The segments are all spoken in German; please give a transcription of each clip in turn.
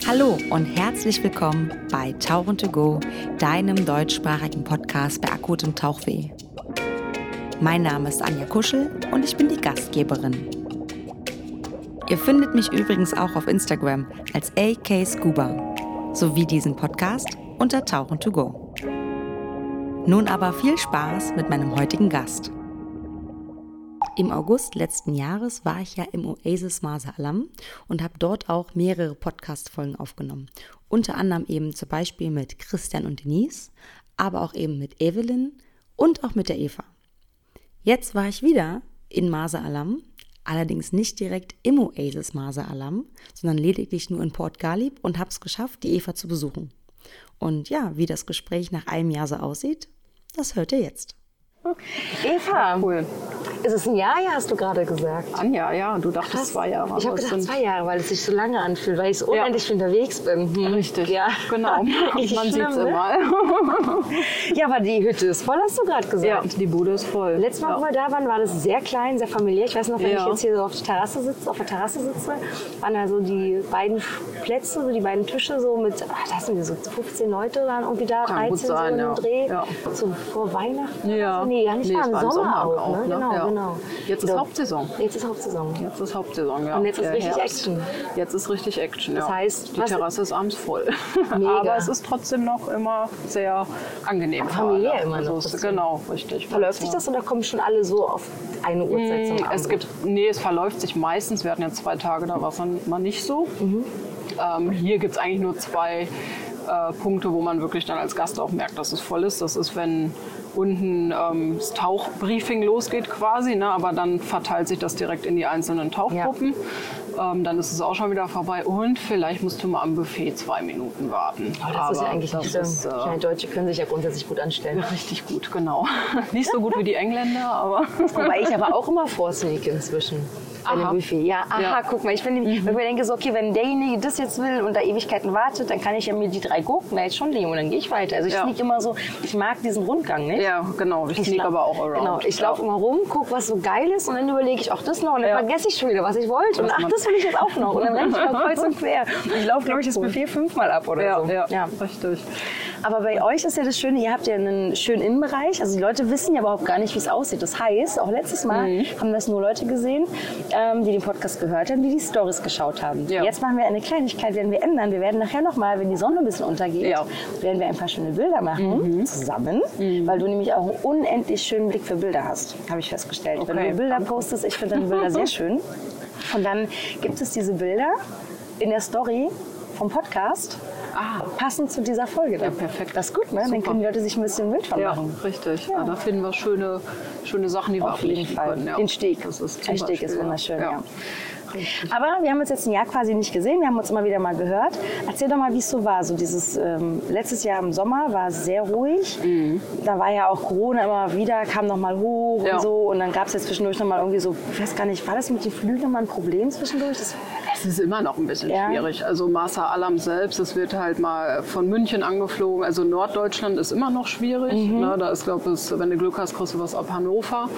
Hallo und herzlich willkommen bei Tauchen to Go, deinem deutschsprachigen Podcast bei akutem Tauchweh. Mein Name ist Anja Kuschel und ich bin die Gastgeberin. Ihr findet mich übrigens auch auf Instagram als AK Scuba sowie diesen Podcast unter Tauchen to Go. Nun aber viel Spaß mit meinem heutigen Gast. Im August letzten Jahres war ich ja im Oasis Marsa Alam und habe dort auch mehrere Podcast-Folgen aufgenommen. Unter anderem eben zum Beispiel mit Christian und Denise, aber auch eben mit Evelyn und auch mit der Eva. Jetzt war ich wieder in Marsa Alam, allerdings nicht direkt im Oasis Marsa Alam, sondern lediglich nur in Port Ghalib und habe es geschafft, die Eva zu besuchen. Und ja, wie das Gespräch nach einem Jahr so aussieht, das hört ihr jetzt. Eva, Cool. ist es ein Jahr, ja, hast du gerade gesagt? Anja, ja, du dachtest Krass. 2 Jahre. Ich habe aber es gedacht sind 2 Jahre, weil es sich so lange anfühlt, weil ich so unendlich viel unterwegs bin. Richtig, Ja. genau. Richtig Man schlimm, sieht es ne? immer. Ja, aber die Hütte ist voll, hast du gerade Ja, gesagt. die Bude ist voll. Letztes Mal, wo wir da waren, war das sehr klein, sehr familiär. Ich weiß noch, wenn Ja. ich jetzt hier so auf der Terrasse sitze, waren da so die beiden Plätze, so die beiden Tische so mit, da sind wir so 15 Leute dann irgendwie da, Kann gut 13 so sein, im ja. Dreh. Ja. So vor Weihnachten? Ja. Nee, gar nicht Nee, mal es im war im Sommer auch, auch, ne? ne? Ja. Genau. Jetzt ist Genau. Hauptsaison. Jetzt ist Hauptsaison. Jetzt ist Hauptsaison, ja. Und jetzt ist Der richtig Herbst. Action. Jetzt ist richtig Action, ja. Das heißt, die was- Terrasse ist abends voll. Mega. Aber es ist trotzdem noch immer sehr angenehm. für Familiär alle. immer also noch es, trotzdem. Genau, richtig. Verläuft sich das oder kommen schon alle so auf eine Uhrzeit zum Abend? Es verläuft sich meistens. Wir hatten ja 2 Tage, da war es dann mal nicht so. Hier gibt es eigentlich nur 2 Punkte, wo man wirklich dann als Gast auch merkt, dass es voll ist. Das ist, wenn unten das Tauchbriefing losgeht quasi, ne? Aber dann verteilt sich das direkt in die einzelnen Tauchgruppen. Dann ist es auch schon wieder vorbei und vielleicht musst du mal am Buffet 2 Minuten warten. Oh, das ist ja eigentlich das nicht schlimm. ist, Ich meine, Deutsche können sich ja grundsätzlich gut anstellen. richtig gut, genau. Nicht so gut wie die Engländer, aber... Wobei ich aber auch immer vorsneake inzwischen. Bei dem Aha. Buffet. Ja, Ja. guck mal, wenn ich mir denke, so, okay, wenn derjenige das jetzt will und da Ewigkeiten wartet, dann kann ich ja mir die 3 Gurken da jetzt schon nehmen und dann gehe ich weiter. Also ich Ja. sneak immer so, ich mag diesen Rundgang, nicht? Ja, genau. Ich sneak lauf- aber auch around. Genau, ich Ja. laufe immer rum, gucke, was so geil ist und dann überlege ich auch das noch und dann Ja. vergesse ich schon wieder, was ich wollte. Und Was ach, man- das will ich jetzt auch noch. Und dann renne ich mal kreuz und quer. Und ich laufe, glaube ich, das Buffet 5-mal ab oder Ja, so. ja, richtig. Aber bei euch ist ja das Schöne, ihr habt ja einen schönen Innenbereich. Also die Leute wissen ja überhaupt gar nicht, wie es aussieht. Das heißt, auch letztes Mal haben das nur Leute gesehen, die den Podcast gehört haben, die die Stories geschaut haben. Ja. Jetzt machen wir eine Kleinigkeit, werden wir ändern. Wir werden nachher nochmal, wenn die Sonne ein bisschen untergeht, Ja. werden wir ein paar schöne Bilder machen, zusammen. Weil du nämlich auch einen unendlich schönen Blick für Bilder hast, habe ich festgestellt. Wenn Okay, du Bilder danke. postest, ich finde deine Bilder sehr schön. Und dann gibt es diese Bilder in der Story vom Podcast, passend zu dieser Folge. Ja, perfekt. Das ist gut, ne? Dann Super. können die Leute sich ein bisschen ein Bild von Ja, machen. richtig. Ja. Da finden wir schöne Sachen, die wir Auf jeden ablichten Fall. können. Ja. Den Steg. Das ist Der zum Steg ist Beispiel, wunderschön, ja. Richtig. Aber wir haben uns jetzt ein Jahr quasi nicht gesehen, wir haben uns immer wieder mal gehört. Erzähl doch mal, wie es so war. So dieses letztes Jahr im Sommer war sehr ruhig. Da war ja auch Corona immer wieder, kam noch mal hoch Ja. und so. Und dann gab es jetzt zwischendurch noch mal irgendwie so, ich weiß gar nicht, war das mit den Flügen noch mal ein Problem zwischendurch? Es ist immer noch ein bisschen Ja. schwierig. Also Marsa Alam selbst, es wird halt mal von München angeflogen. Also Norddeutschland ist immer noch schwierig. Ne? Da ist, glaube ich, wenn du Glück hast, kriegst du was ab Hannover.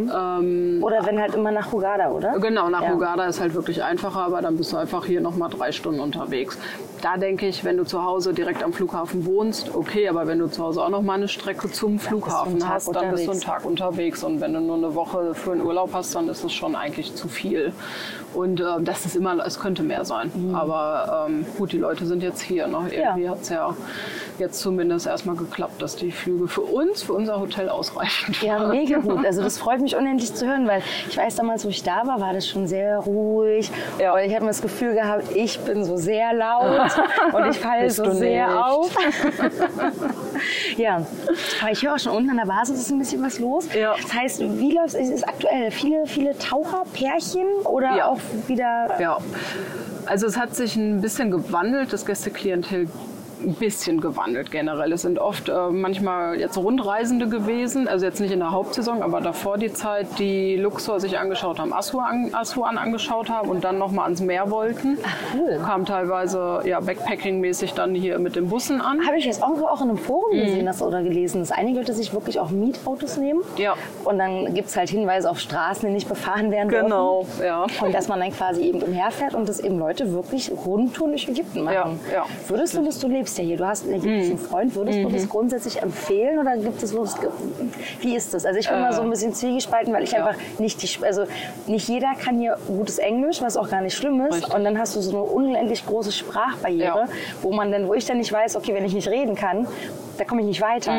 Oder wenn halt immer nach Hurghada, oder? Genau, nach Ja. Hurghada ist halt wirklich einfacher, aber dann bist du einfach hier noch mal 3 Stunden unterwegs. Da denke ich, wenn du zu Hause direkt am Flughafen wohnst, okay, aber wenn du zu Hause auch noch mal eine Strecke zum Flughafen Tag hast, dann bist du einen unterwegs. Tag unterwegs. Und wenn du nur eine Woche für einen Urlaub hast, dann ist es schon eigentlich zu viel. Und das ist immer, es könnte mehr sein. Aber gut, die Leute sind jetzt hier. Ne? Irgendwie hat es ja jetzt zumindest erstmal geklappt, dass die Flüge für unser Hotel ausreichend Ja, waren. mega gut. Also das freut mich unendlich zu hören, weil ich weiß, damals, wo ich da war das schon sehr ruhig. Ja. Und ich habe mir das Gefühl gehabt, ich bin so sehr laut und ich falle Bist so du sehr nicht. auf. Ja, aber ich höre auch schon unten an der Basis ist ein bisschen was los. Ja. Das heißt, wie läuft es? Ist es aktuell? Viele Taucherpärchen oder Ja. auch wieder... Ja, also es hat sich ein bisschen gewandelt. Das Gästeklientel ein bisschen gewandelt generell. Es sind oft manchmal jetzt Rundreisende gewesen, also jetzt nicht in der Hauptsaison, aber davor die Zeit, die Luxor sich angeschaut haben, Asuan angeschaut haben und dann nochmal ans Meer wollten. Ach, cool. Kam teilweise Backpacking-mäßig dann hier mit den Bussen an. Habe ich jetzt auch in einem Forum gesehen oder gelesen, dass einige Leute sich wirklich auch Mietautos nehmen. Ja. Und dann gibt es halt Hinweise auf Straßen, die nicht befahren werden dürfen. Genau, ja. Und dass man dann quasi eben umherfährt und dass eben Leute wirklich Rundtouren durch Ägypten machen. Ja. Würdest du das, du lebst ja hier, du hast einen ägyptischen Freund, würdest du das grundsätzlich empfehlen oder gibt es, wie ist das? Also ich bin mal so ein bisschen zwiegespalten, weil ich einfach nicht jeder kann hier gutes Englisch, was auch gar nicht schlimm ist. Richtig. Und dann hast du so eine unendlich große Sprachbarriere, wo ich dann nicht weiß, okay, wenn ich nicht reden kann, da komme ich nicht weiter.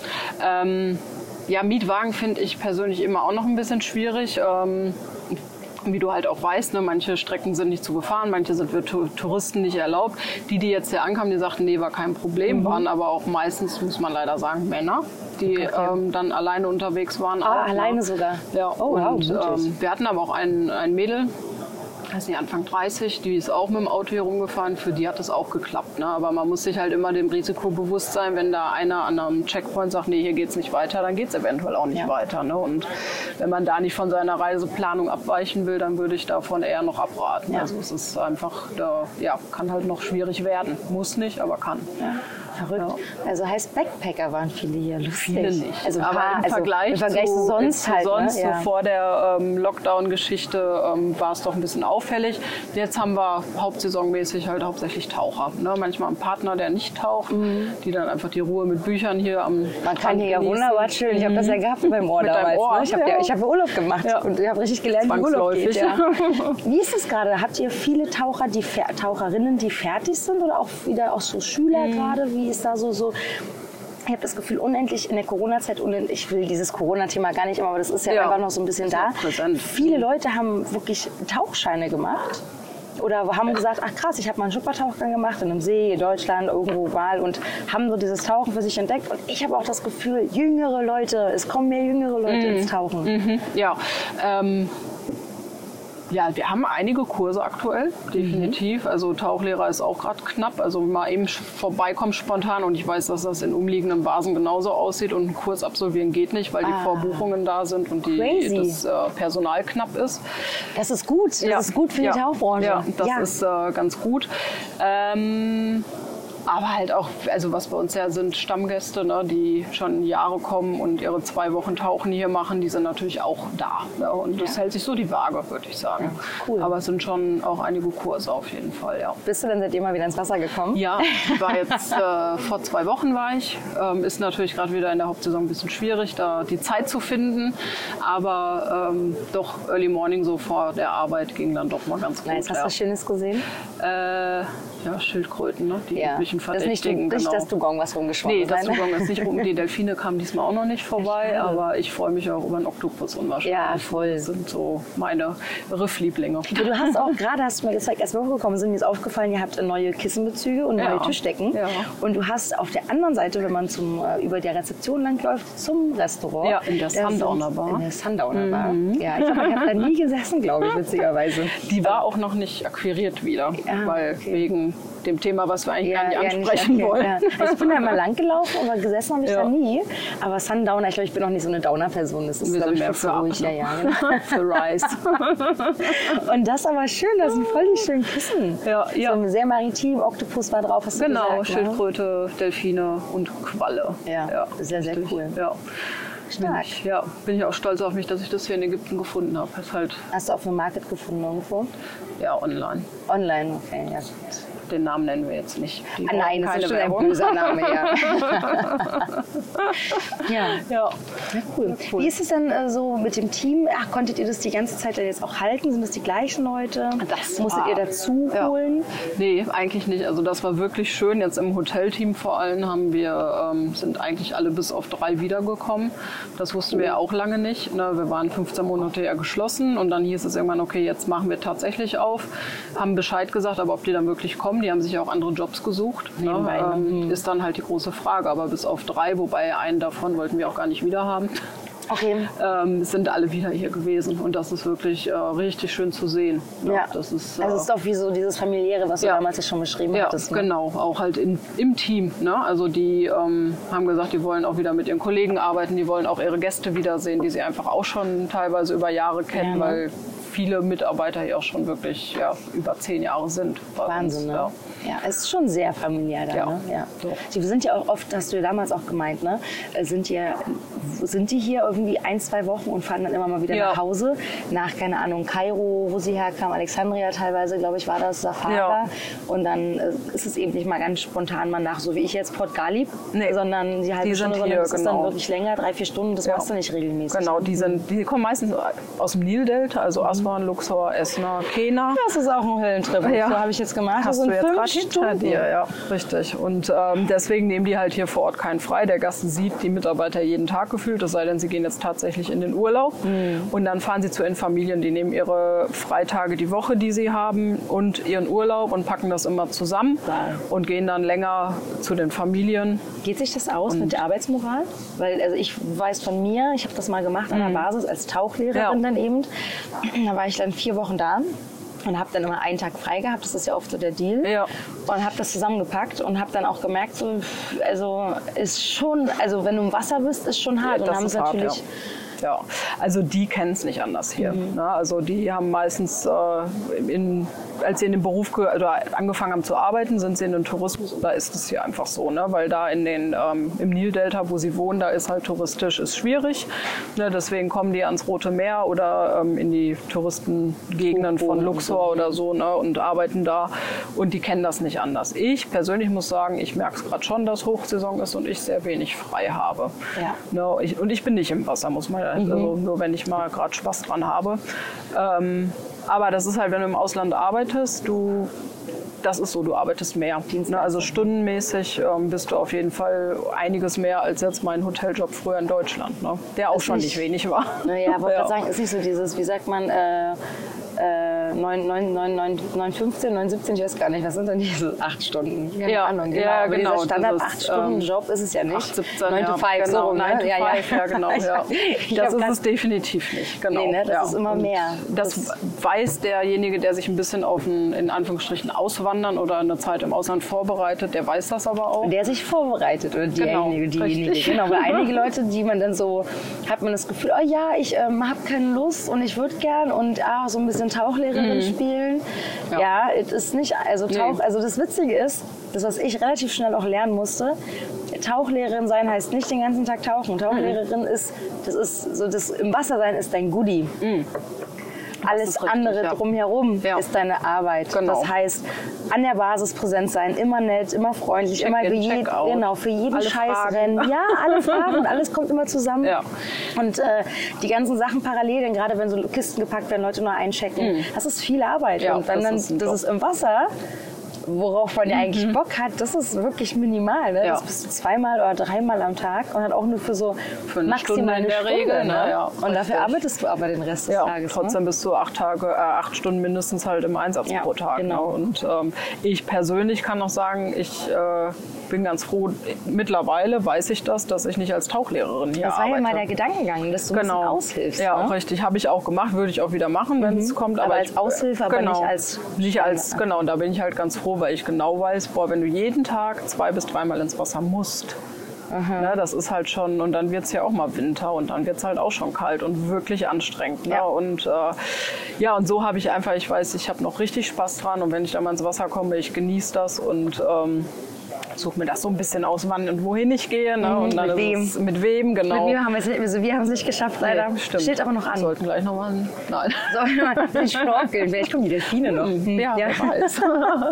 Mietwagen finde ich persönlich immer auch noch ein bisschen schwierig. Wie du halt auch weißt, ne, manche Strecken sind nicht zu befahren, manche sind für Touristen nicht erlaubt. Die jetzt hier ankamen, die sagten, nee, war kein Problem, waren aber auch meistens, muss man leider sagen, Männer, die dann alleine unterwegs waren. Alleine sogar? Ja, oh, und wir hatten aber auch ein Mädel, ich weiß nicht, Anfang 30, die ist auch mit dem Auto hier rumgefahren, für die hat das auch geklappt. Ne? Aber man muss sich halt immer dem Risiko bewusst sein, wenn da einer an einem Checkpoint sagt, nee, hier geht's nicht weiter, dann geht's eventuell auch nicht weiter. Ne? Und wenn man da nicht von seiner Reiseplanung abweichen will, dann würde ich davon eher noch abraten. Ja. Also es ist einfach, kann halt noch schwierig werden. Muss nicht, aber kann. Ja. Verrückt. Ja. Also heißt Backpacker waren viele hier, lustig. Viele nicht. Also aber im Vergleich zu sonst halt. Ne? So vor der Lockdown-Geschichte war es doch ein bisschen auffällig. Jetzt haben wir hauptsaisonmäßig halt hauptsächlich Taucher. Ne? Manchmal ein Partner, der nicht taucht, die dann einfach die Ruhe mit Büchern hier am Man kann hier ja wunderbar chillen. Ich habe das ja gehabt beim Ohr damals. Ne? Ich habe Urlaub gemacht und ich habe richtig gelernt, wie Urlaub geht. Ja. Wie ist es gerade? Habt ihr viele Taucher, Taucherinnen, die fertig sind oder auch wieder auch so Schüler gerade? Wie ist da so? Ich habe das Gefühl, unendlich in der Corona-Zeit, ich will dieses Corona-Thema gar nicht, aber das ist ja einfach noch so ein bisschen da. Viele Leute haben wirklich Tauchscheine gemacht. Oder haben gesagt, ach krass, ich habe mal einen Schuppertauchgang gemacht in einem See in Deutschland, irgendwo mal und haben so dieses Tauchen für sich entdeckt. Und ich habe auch das Gefühl, es kommen mehr jüngere Leute ins Tauchen. Ja, wir haben einige Kurse aktuell, definitiv. Also Tauchlehrer ist auch gerade knapp. Also mal eben vorbeikommen spontan und ich weiß, dass das in umliegenden Basen genauso aussieht und einen Kurs absolvieren geht nicht, weil die Vorbuchungen da sind und das Personal knapp ist. Das ist gut. Das ist gut für die Tauchbranche. Ja, das ist ganz gut. Aber halt auch, also was bei uns ja sind Stammgäste, ne, die schon Jahre kommen und ihre 2 Wochen Tauchen hier machen, die sind natürlich auch da. Ne, und das hält sich so die Waage, würde ich sagen. Ja, cool. Aber es sind schon auch einige Kurse auf jeden Fall, ja. Bist du denn seitdem mal wieder ins Wasser gekommen? Ja, war jetzt vor 2 Wochen war ich. Ist natürlich gerade wieder in der Hauptsaison ein bisschen schwierig, da die Zeit zu finden. Aber doch Early Morning so vor der Arbeit ging dann doch mal ganz gut. Nice. Hast du was Schönes gesehen? Schildkröten, ne? Die üblichen Verdächtigen. Das ist nicht das Dugong, was rumgeschwommen ist. Nee, das Dugong ist nicht rum. Die Delfine kamen diesmal auch noch nicht vorbei, aber ich freue mich auch über einen Oktopus unwahrscheinlich. Ja, voll. Das sind so meine Rifflieblinge. Du hast auch gerade, hast du mir gezeigt, als wir hochgekommen sind, mir ist aufgefallen, ihr habt neue Kissenbezüge und neue Tischdecken. Ja. Und du hast auf der anderen Seite, wenn man über der Rezeption langläuft, zum Restaurant. Ja, in der Sundowner Bar. In der Sundowner Bar. Ja, ich habe da nie gesessen, glaube ich, witzigerweise. Die war auch noch nicht akquiriert wieder, weil wegen dem Thema, was wir eigentlich gar nicht ansprechen wollen. Ja. Ich bin da mal lang gelaufen, aber gesessen habe ich da nie. Aber Sundowner, ich glaube, ich bin auch nicht so eine Downer-Person. Das ist, glaube ich, mehr für ruhig. Ja, genau. Für Rice. Und das ist aber schön, das sind voll die schönen Kissen. Ja. So sehr maritim, Oktopus war drauf, hast du gesagt. Schildkröte, Delfine und Qualle. Ja, sehr, sehr cool. Ja. Stark. Bin ich auch stolz auf mich, dass ich das hier in Ägypten gefunden habe. Hast du auf dem Market gefunden irgendwo? Ja, online. Online, okay, ja. Den Namen nennen wir jetzt nicht. Nein, das ist schon ein böser Name, ja, cool. Wie ist es denn so mit dem Team? Konntet ihr das die ganze Zeit jetzt auch halten? Sind das die gleichen Leute? Musstet ihr dazu holen? Nee, eigentlich nicht. Also das war wirklich schön. Jetzt im Hotelteam vor allem sind eigentlich alle bis auf 3 wiedergekommen. Das wussten wir ja auch lange nicht. Wir waren 15 Monate ja geschlossen und dann hieß es irgendwann, okay, jetzt machen wir tatsächlich auf. Haben Bescheid gesagt, aber ob die dann wirklich kommen, die haben sich auch andere Jobs gesucht. Ist dann halt die große Frage. Aber bis auf 3, wobei einen davon wollten wir auch gar nicht wieder haben. sind alle wieder hier gewesen. Und das ist wirklich richtig schön zu sehen. Ja. Das ist, also es ist auch wie so dieses Familiäre, was du damals ja schon beschrieben hattest. Ne? Genau, auch halt im Team. Ne? Also die haben gesagt, die wollen auch wieder mit ihren Kollegen arbeiten, die wollen auch ihre Gäste wiedersehen, die sie einfach auch schon teilweise über Jahre kennen, weil viele Mitarbeiter hier auch schon wirklich über 10 Jahre sind. Wahnsinn, ne? Ja, es ist schon sehr familiär da. Ne? Ja. Sie sind ja auch oft, hast du ja damals auch gemeint, ne? Sind die hier irgendwie 1-2 Wochen und fahren dann immer mal wieder nach Hause? Nach, keine Ahnung, Kairo, wo sie herkam, Alexandria teilweise, glaube ich, war das, Safara. Ja. Und dann ist es eben nicht mal ganz spontan mal nach, so wie ich jetzt, Port Ghalib, sondern die halbe Stunde, sondern das ist dann wirklich länger, 3-4 Stunden, das machst du nicht regelmäßig. Genau, die kommen meistens aus dem Nildelta, also Aswan, Luxor, Esna, Kena. Das ist auch ein Höllentrip. So habe ich jetzt gemacht. Hast du jetzt gerade hinter dir, ja, richtig. Und deswegen nehmen die halt hier vor Ort keinen frei. Der Gast sieht die Mitarbeiter jeden Tag gefühlt, es sei denn, sie gehen jetzt tatsächlich in den Urlaub. Und dann fahren sie zu ihren Familien. Die nehmen ihre Freitage die Woche, die sie haben, und ihren Urlaub und packen das immer zusammen und gehen dann länger zu den Familien. Geht sich das aus mit der Arbeitsmoral? Weil also ich weiß von mir, ich habe das mal gemacht an der Basis als Tauchlehrerin dann eben. Da war ich dann 4 Wochen da. Und habe dann immer einen Tag frei gehabt, das ist ja oft so der Deal. Ja. Und habe das zusammengepackt und habe dann auch gemerkt, so, also ist schon, also wenn du im Wasser bist, ist schon hart. Und haben es natürlich. Ja, also die kennen es nicht anders hier. Ne? Also die haben meistens, als sie in dem Beruf angefangen haben zu arbeiten, sind sie in den Tourismus. Da ist es hier einfach so, ne? Weil da im Nildelta, wo sie wohnen, da ist halt touristisch ist schwierig. Ne? Deswegen kommen die ans Rote Meer oder in die Touristengegenden von Luxor oder so, ne? Und arbeiten da. Und die kennen das nicht anders. Ich persönlich muss sagen, ich merke es gerade schon, dass Hochsaison ist und ich sehr wenig frei habe. Ja. Ne? Und ich bin nicht im Wasser, muss man also nur wenn ich mal gerade Spaß dran habe. Aber das ist halt, wenn du im Ausland arbeitest, das ist so, du arbeitest mehr. Ne? Also stundenmäßig bist du auf jeden Fall einiges mehr als jetzt mein Hoteljob früher in Deutschland, ne? Der auch schon nicht wenig war. Naja, aber ich sagen, ist nicht so dieses, wie sagt man, 9,15, 9,17, ich weiß gar nicht, was sind denn diese 8 Stunden? Keine Ahnung, genau. Aber dieser Standard 8-Stunden-Job ist es ja nicht. 8, 17, 9 to 5, genau, so, ne? 9 to 5, ja genau. Das ist es definitiv nicht. Genau. Nee, ne? Das ist immer mehr. Das weiß derjenige, der sich ein bisschen auf ein, in Anführungsstrichen, Auswandern oder eine Zeit im Ausland vorbereitet, der weiß das aber auch. Der sich vorbereitet oder diejenige. Genau, weil einige Leute, die man dann so, hat man das Gefühl, oh ja, ich habe keine Lust und ich würde gern und so ein bisschen Tauchlehrerin spielen. Ja, es ist nicht, also also das Witzige ist, das, was ich relativ schnell auch lernen musste, Tauchlehrerin sein heißt nicht den ganzen Tag tauchen. Tauchlehrerin ist das im Wasser sein ist dein Goodie. Alles andere drumherum ist deine Arbeit. Genau. Das heißt, an der Basis präsent sein, immer nett, immer freundlich, immer für jeden alle Scheiß Fragen. Rennen. Ja, alle Fragen und alles kommt immer zusammen. Ja. Und die ganzen Sachen parallel, denn gerade wenn so Kisten gepackt werden, Leute nur einchecken, das ist viel Arbeit. Ja, und wenn das ist im Wasser, worauf man ja eigentlich Bock hat, das ist wirklich minimal. Ne? Ja. Das bist du 2-mal oder 3-mal am Tag und halt auch nur für maximal eine Stunde. Regel, ne? Ja, und dafür arbeitest du aber den Rest des Tages. Trotzdem bist du 8 Stunden mindestens halt im Einsatz pro Tag. Genau. Ne? Und ich persönlich kann noch sagen, ich bin ganz froh, mittlerweile weiß ich das, dass ich nicht als Tauchlehrerin hier arbeite. Das war ja mal der Gedankengang, dass du ein bisschen aushilfst. Ja, ne? Richtig. Habe ich auch gemacht, würde ich auch wieder machen, wenn es kommt. Aber als Aushilfe, aber nicht als... Genau, und da bin ich halt ganz froh, weil ich genau weiß, wenn du jeden Tag 2- bis 3-mal ins Wasser musst, ne, das ist halt schon, und dann wird es ja auch mal Winter und dann wird es halt auch schon kalt und wirklich anstrengend. Ne? Und und so habe ich einfach, ich weiß, ich habe noch richtig Spaß dran und wenn ich dann mal ins Wasser komme, ich genieße das und suche mir das so ein bisschen aus, wann und wohin ich gehe. Ne? Und dann mit wem, genau. Wir haben es nicht geschafft, leider. Stimmt. Steht aber noch an. Wir sollten gleich noch mal... Nein. Sollen wir mal schnorkeln? Vielleicht kommen die Delfine noch. Ja, wer weiß.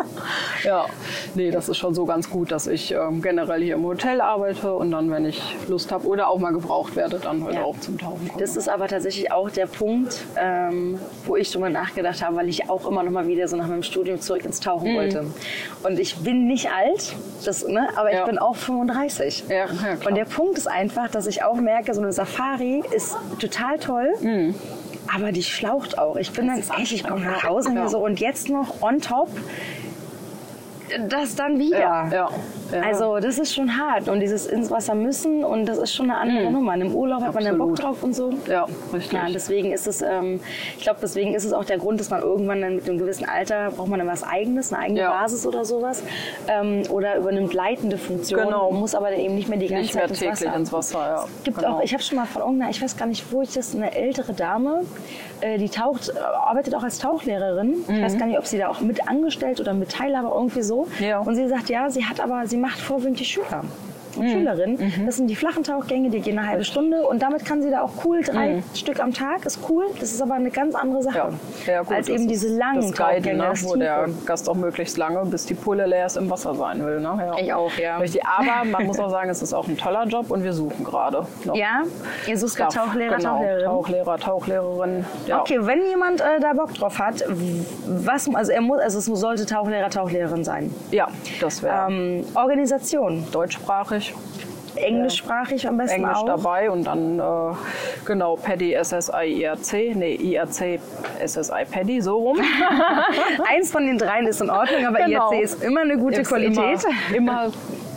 Ja, nee, das ist schon so ganz gut, dass ich generell hier im Hotel arbeite und dann, wenn ich Lust habe oder auch mal gebraucht werde, dann halt auch zum Tauchen komme. Das ist aber tatsächlich auch der Punkt, wo ich drüber nachgedacht habe, weil ich auch immer noch mal wieder so nach meinem Studium zurück ins Tauchen wollte. Und ich bin nicht alt, aber ich bin auch 35. Ja, klar. Und der Punkt ist einfach, dass ich auch merke, so eine Safari ist total toll. Aber die schlaucht auch. Ich bin dann echt, ich komme nach Hause und so und jetzt noch on top das dann wieder. Ja. Also das ist schon hart und dieses ins Wasser müssen und das ist schon eine andere Nummer. Im Urlaub hat man den Bock drauf und so. Ja, richtig. Ja, deswegen ist es, ich glaube, deswegen ist es auch der Grund, dass man irgendwann dann mit einem gewissen Alter braucht man dann was Eigenes, eine eigene Basis oder sowas. Oder übernimmt leitende Funktion, muss aber eben nicht mehr die ganze Zeit ins Wasser. Ja. Es gibt auch, ich habe schon mal von irgendeiner, ich weiß gar nicht, wo ich das, eine ältere Dame, die arbeitet auch als Tauchlehrerin. Ich weiß gar nicht, ob sie da auch mit angestellt oder mit Teilhaber irgendwie so. Ja. Und sie sagt, ja, sie macht vorwiegend Schüler. Und Schülerin. Das sind die flachen Tauchgänge, die gehen eine halbe Stunde und damit kann sie da auch cool 3 Stück am Tag, ist cool. Das ist aber eine ganz andere Sache gut, als eben diese langen Tauchgänge. Ne, wo der Gast auch möglichst lange, bis die Pulle leer ist, im Wasser sein will. Ne? Ja. Ich auch, ja. Richtig. Aber man muss auch sagen, es ist auch ein toller Job und wir suchen gerade. Ja, ihr sucht gerade Tauchlehrer, Tauchlehrerin. Ja. Okay, wenn jemand da Bock drauf hat, es sollte Tauchlehrer, Tauchlehrerin sein. Ja, das wäre. Organisation. Deutschsprachig. Englischsprachig am besten Englisch auch. dabei und dann PADI SSI IRC, IRC SSI PADI, so rum. Eins von den 3 ist in Ordnung, aber IRC ist immer eine gute Qualität. Immer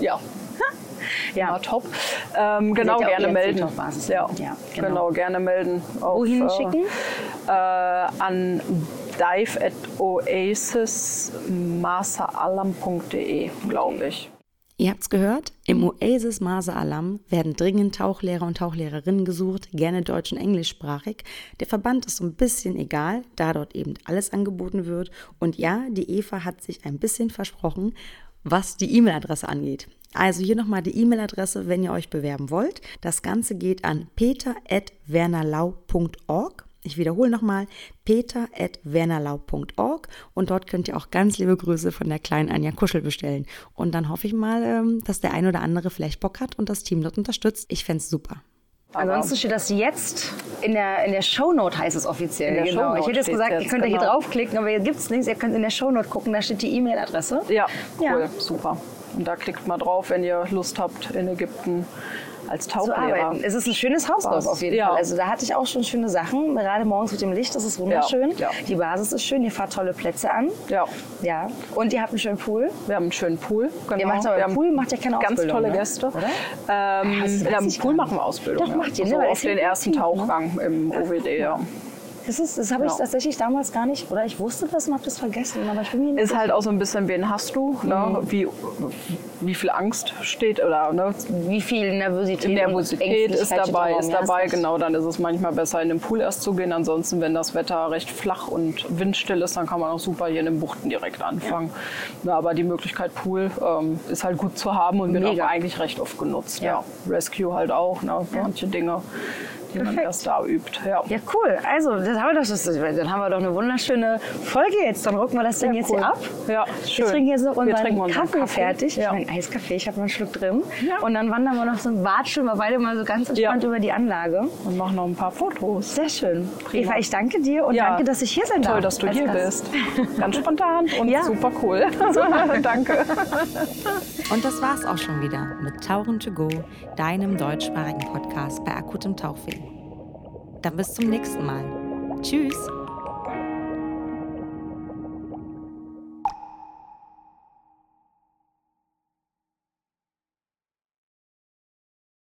top. Gerne melden. Genau, gerne melden. Wohin schicken? An dive@oasismarsalam.de, glaube ich. Ihr habt's gehört, im Oasis Marsa Alam werden dringend Tauchlehrer und Tauchlehrerinnen gesucht, gerne deutsch- und englischsprachig. Der Verband ist so ein bisschen egal, da dort eben alles angeboten wird. Und ja, die Eva hat sich ein bisschen versprochen, was die E-Mail-Adresse angeht. Also hier nochmal die E-Mail-Adresse, wenn ihr euch bewerben wollt. Das Ganze geht an peter@wernerlau.org. Ich wiederhole nochmal, peter@wernerlau.org und dort könnt ihr auch ganz liebe Grüße von der kleinen Anja Kuschel bestellen. Und dann hoffe ich mal, dass der ein oder andere vielleicht Bock hat und das Team dort unterstützt. Ich fände es super. Ansonsten steht das jetzt in der Shownote, heißt es offiziell. Genau. Ich hätte jetzt gesagt, ihr könnt hier draufklicken, aber hier gibt es nichts. Ihr könnt in der Shownote gucken, da steht die E-Mail-Adresse. Ja, cool, super. Und da klickt mal drauf, wenn ihr Lust habt, in Ägypten als Tauchlehrer. Es ist ein schönes Hausdorf auf jeden Fall. Also da hatte ich auch schon schöne Sachen. Gerade morgens mit dem Licht, das ist wunderschön. Ja. Die Basis ist schön, ihr fahrt tolle Plätze an. Ja. Und ihr habt einen schönen Pool. Wir haben einen schönen Pool. Genau. Ihr macht aber Pool, macht ja keine Ausbildung. Ganz tolle Gäste. Oder? Im Pool machen wir Ausbildung. Doch, macht ihr, ne? Auf den ersten Tauchgang im OWD, ja. Das habe ich tatsächlich damals gar nicht, oder ich wusste das und habe das vergessen. Aber ich bin mir nicht sicher. Halt auch so ein bisschen, wen hast du, ne? Wie viel Angst steht oder ne? Wie viel Nervosität ist dabei. Genau, dann ist es manchmal besser, in den Pool erst zu gehen. Ansonsten, wenn das Wetter recht flach und windstill ist, dann kann man auch super hier in den Buchten direkt anfangen. Ja. Aber die Möglichkeit Pool ist halt gut zu haben und wird auch eigentlich recht oft genutzt. Ja. Rescue halt auch, ne? Manche Dinge, die man erst da übt. Ja, cool. Also, dann haben wir doch eine wunderschöne Folge jetzt. Dann rocken wir das Ding jetzt hier ab. Ja, schön. Wir trinken jetzt noch unseren Kaffee fertig. Ja. Mein Eiskaffee, ich habe noch einen Schluck drin. Ja. Und dann wandern wir noch so ein Watscheln, wir beide mal so ganz entspannt über die Anlage. Und machen noch ein paar Fotos. Sehr schön. Prima. Eva, ich danke dir und danke, dass ich hier sein darf. Toll, dass du hier bist. Ganz spontan und super cool. Danke. Und das war's auch schon wieder mit Tauchen to go, deinem deutschsprachigen Podcast bei akutem Tauchweh. Dann bis zum nächsten Mal. Tschüss!